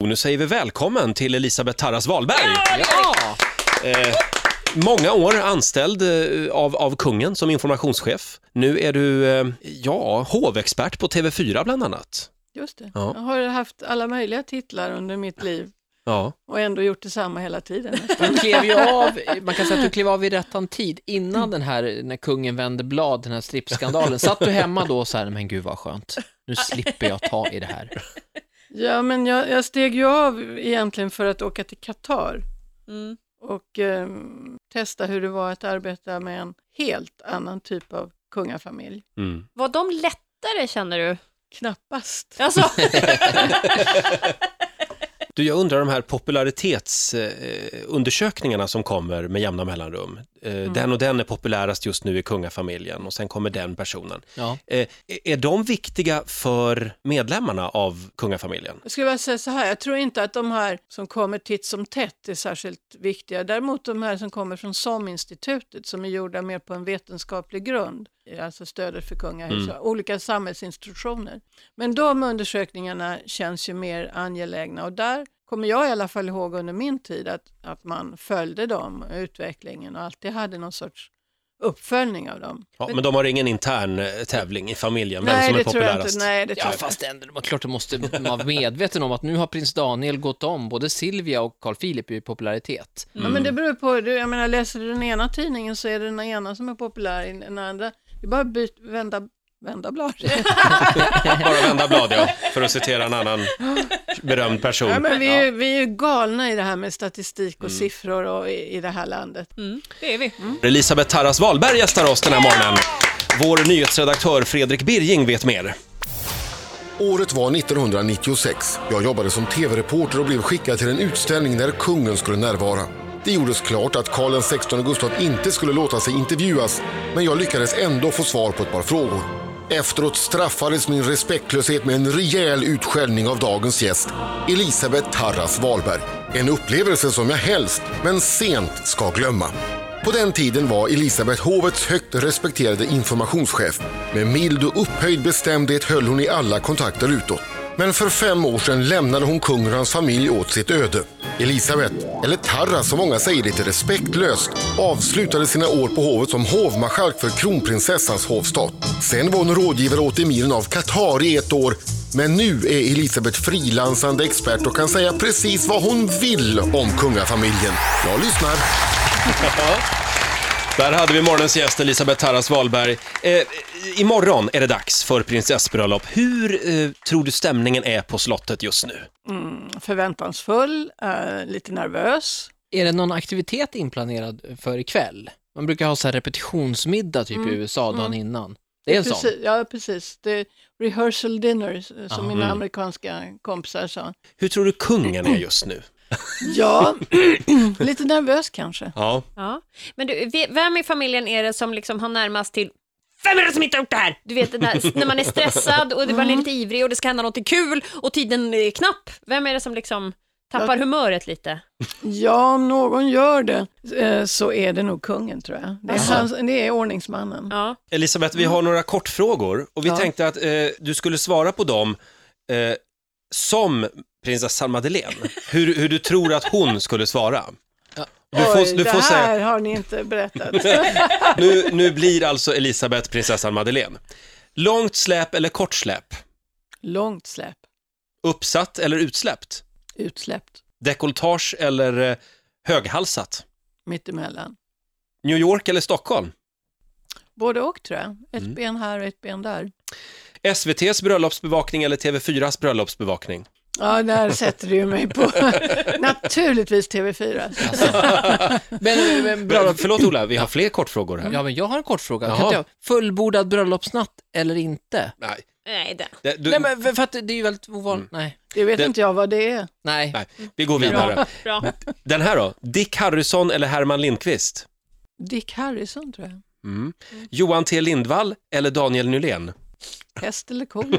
Nu säger vi välkommen till Elisabeth Tarras Wahlberg. Ja! Många år anställd av kungen som informationschef. Nu är du hovexpert på TV4 bland annat. Just det. Ja. Jag har haft alla möjliga titlar under mitt liv. Ja. Och ändå gjort detsamma hela tiden. Du klev ju av, man kan säga att du klev av i rättan tid innan den här, när kungen vände blad, den här strippskandalen. Satt du hemma då så här, men gud vad skönt, nu slipper jag ta i det här. Ja, men jag steg ju av egentligen för att åka till Qatar. Och testa hur det var att arbeta med en helt annan typ av kungafamilj. Var de lättare, känner du? Knappast. Alltså. Du, jag undrar de här popularitetsundersökningarna som kommer med jämna mellanrum. Den och den är populärast just nu i kungafamiljen och sen kommer den personen. Ja. Är de viktiga för medlemmarna av kungafamiljen? Jag skulle vilja säga så här, jag tror inte att de här som kommer titt som tätt är särskilt viktiga. Däremot de här som kommer från SOM-institutet som är gjorda mer på en vetenskaplig grund. Alltså stödet för kungahus och olika samhällsinstitutioner. Men de undersökningarna känns ju mer angelägna och där kommer jag i alla fall ihåg under min tid att man följde dem, utvecklingen och alltid hade någon sorts uppföljning av dem. Ja, men de har ingen intern tävling i familjen, vem Nej, som är det tror jag populärast? inte. Nej, det tror Ja, jag fast inte. ändå, det var klart du måste vara medveten om att nu har prins Daniel gått om både Silvia och Carl Philip i popularitet. Ja, men det beror på, jag menar, läser du den ena tidningen så är det den ena som är populär, den andra, det är bara vända blad. Bara vända blad, ja, för att citera en annan berömd person. Ja, men vi är ju galna i det här med statistik och siffror och i det här landet. Det är vi. Elisabeth Tarras Wahlberg gästar oss den här morgonen. Vår nyhetsredaktör Fredrik Birging vet mer. Året var 1996. Jag jobbade som tv-reporter och blev skickad till en utställning där kungen skulle närvara. Det gjordes klart att Karl XVI Gustav inte skulle låta sig intervjuas, men jag lyckades ändå få svar på ett par frågor. Efteråt straffades min respektlöshet med en rejäl utskällning av dagens gäst, Elisabeth Tarras Wahlberg. En upplevelse som jag helst, men sent, ska glömma. På den tiden var Elisabeth hovets högt respekterade informationschef. Med mild och upphöjd bestämdhet höll hon i alla kontakter utåt. Men för 5 år sedan lämnade hon kungen och hans familj åt sitt öde. Elisabeth, eller Tarra som många säger lite respektlöst, avslutade sina år på hovet som hovmarskalk för kronprinsessans hovstat. Sen var hon rådgivare åt emiren av Qatar i 1 år. Men nu är Elisabeth frilansande expert och kan säga precis vad hon vill om kungafamiljen. Jag lyssnar. Där hade vi morgonens gäst Elisabeth Tarras Wahlberg. Imorgon är det dags för prinsessbröllop. Hur tror du stämningen är på slottet just nu? Förväntansfull, lite nervös. Är det någon aktivitet inplanerad för ikväll? Man brukar ha så här repetitionsmiddag typ i USA dagen innan. Det är en sån. Ja, precis. Det är rehearsal dinner som mina amerikanska kompisar sa. Hur tror du kungen är just nu? Ja, lite nervös kanske. Ja. Ja. Men du, vem i familjen är det som liksom har närmast till vem är det som inte har gjort det här? Du vet, när man är stressad och man är lite ivrig och det ska hända något kul och tiden är knapp. Vem är det som liksom tappar humöret lite? Ja, om någon gör det så är det nog kungen, tror jag. Det är ordningsmannen. Ja. Elisabeth, vi har några kortfrågor och vi tänkte att du skulle svara på dem som prinsessan Madeleine. Hur du tror att hon skulle svara. Du får säga, har ni inte berättat. nu blir alltså Elisabeth prinsessan Madeleine. Långt släp eller kort släp? Långt släp. Uppsatt eller utsläppt? Utsläppt. Dekolletage eller höghalsat? Mittemellan. New York eller Stockholm? Både och, tror jag. Ett ben här och ett ben där. SVT:s bröllopsbevakning eller TV4s bröllopsbevakning? Ja, där sätter du mig på. Naturligtvis TV4. Men Förlåt Ola, vi har fler kortfrågor här. ja, men jag har en kort fråga. Jaha. Kan inte jag fullbordad bröllopsnatt eller inte? Nej. Nej, det. Du, Nej, men för att det är ju väldigt ovanligt. Det vet inte jag vad det är. Nej. vi går vidare. Bra. Den här då? Dick Harrison eller Herman Lindqvist? Dick Harrison, tror jag. Johan T. Lindvall eller Daniel Nylén? Häst eller ko?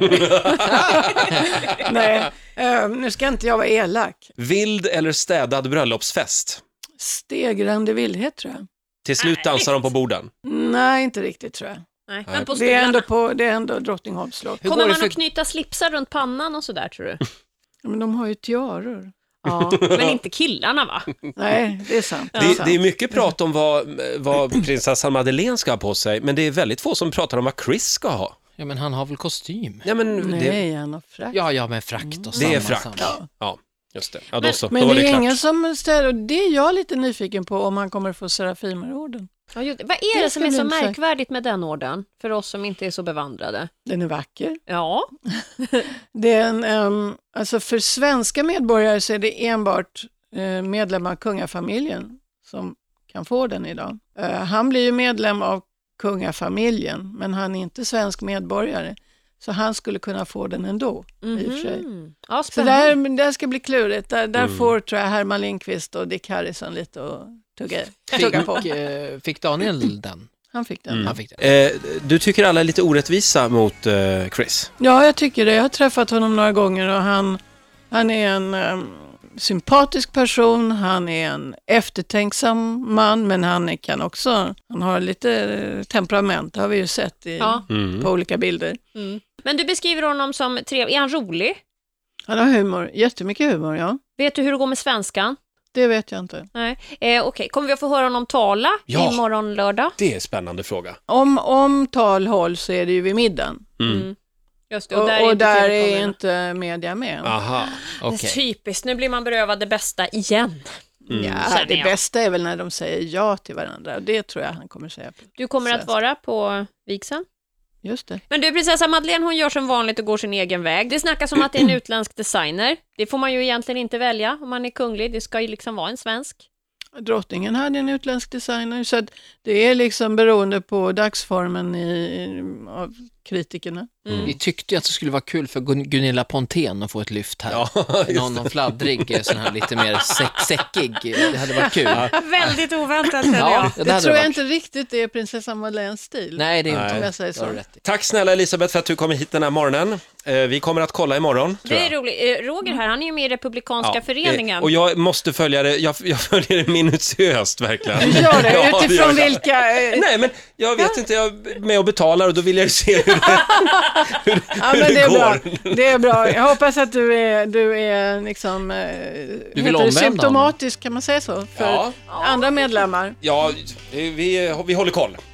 Nej, nu ska inte jag vara elak. Vild eller städad bröllopsfest? Stegrande vildhet, tror jag. Till slut dansar de på borden. Nej, inte riktigt, tror jag. Nej. Men på Det är stolarna. Det är ändå Drottningholms slott. Hur Kommer går det man för... att knyta slipsar runt pannan och sådär, tror du? Men de har ju tiaror. Ja, men inte killarna va? Nej, det är sant. Det är mycket prat om vad prinsessan Madeleine ska ha på sig, men det är väldigt få som pratar om vad Chris ska ha. Ja, men han har väl kostym? Ja, men Nej, han har frack. Ja, med frakt och det är samma. frack. Ja, just det. Ja, då så. Men Då var det är klart. ingen som ställer, och det är jag lite nyfiken på om han kommer få Serafimerorden. Ja, vad är det som är ska så bli intressant. märkvärdigt med den orden? För oss som inte är så bevandrade. Den är vacker. Ja, Det är alltså för svenska medborgare så är det enbart medlemmar av kungafamiljen som kan få den idag. Han blir ju medlem av kungafamiljen, men han är inte svensk medborgare. Så han skulle kunna få den ändå, i och för sig. Ja, Så spännande. där ska bli klurigt. Där får, tror jag, Herman Lindqvist och Dick Harrison lite att tugga på. Fick Daniel den? Han fick den. Han fick den. Du tycker alla är lite orättvisa mot Chris? Ja, jag tycker det. Jag har träffat honom några gånger och han är en sympatisk person. Han är en eftertänksam man, men han har lite temperament. Det har vi ju sett på olika bilder. Mm. Men du beskriver honom som trevlig. Är han rolig? Han har humor, jättemycket humor, ja. Vet du hur det går med svenskan? Det vet jag inte. Nej. Okej, kommer vi att få höra honom tala imorgon lördag? Det är en spännande fråga. Om tal hålls så är det ju vid middagen. Just det, Och där är TV-kamerorna. inte media med. Aha. Det är typiskt, nu blir man berövad det bästa igen. Ja, känner det jag. bästa är väl när de säger ja till varandra. Och det tror jag han kommer säga. Du kommer att vara på vigseln? Just det. Men du, prinsessa Madeleine, hon gör som vanligt och går sin egen väg. Det snackas om att det är en utländsk designer. Det får man ju egentligen inte välja om man är kunglig. Det ska ju liksom vara en svensk. Drottningen hade en utländsk designer, så att det är liksom beroende på dagsformen av kritikerna. Vi tyckte ju att det skulle vara kul för Gunilla Pontén att få ett lyft här. Ja, just någon fladdrig, sån här lite mer säckig. Det hade varit kul. Väldigt oväntat, känner jag. Det tror jag inte riktigt är prinsessa Madeleines stil. Nej, det är inte. Om jag säger så. Tack snälla Elisabeth för att du kom hit den här morgonen. Vi kommer att kolla imorgon, tror Det är jag. roligt. Roger här, han är ju med i Republikanska föreningen. Och jag måste följa det, jag följer det minutiöst verkligen. Du gör det, Ja, utifrån gör jag. vilka... Nej, men jag vet inte, jag är med och betalar och då vill jag ju se hur Ja, men det är går. bra. Det är bra. Jag hoppas att du är liksom... Du vill omvända symptomatisk, kan man säga så? För Ja. andra medlemmar. Ja, vi håller koll.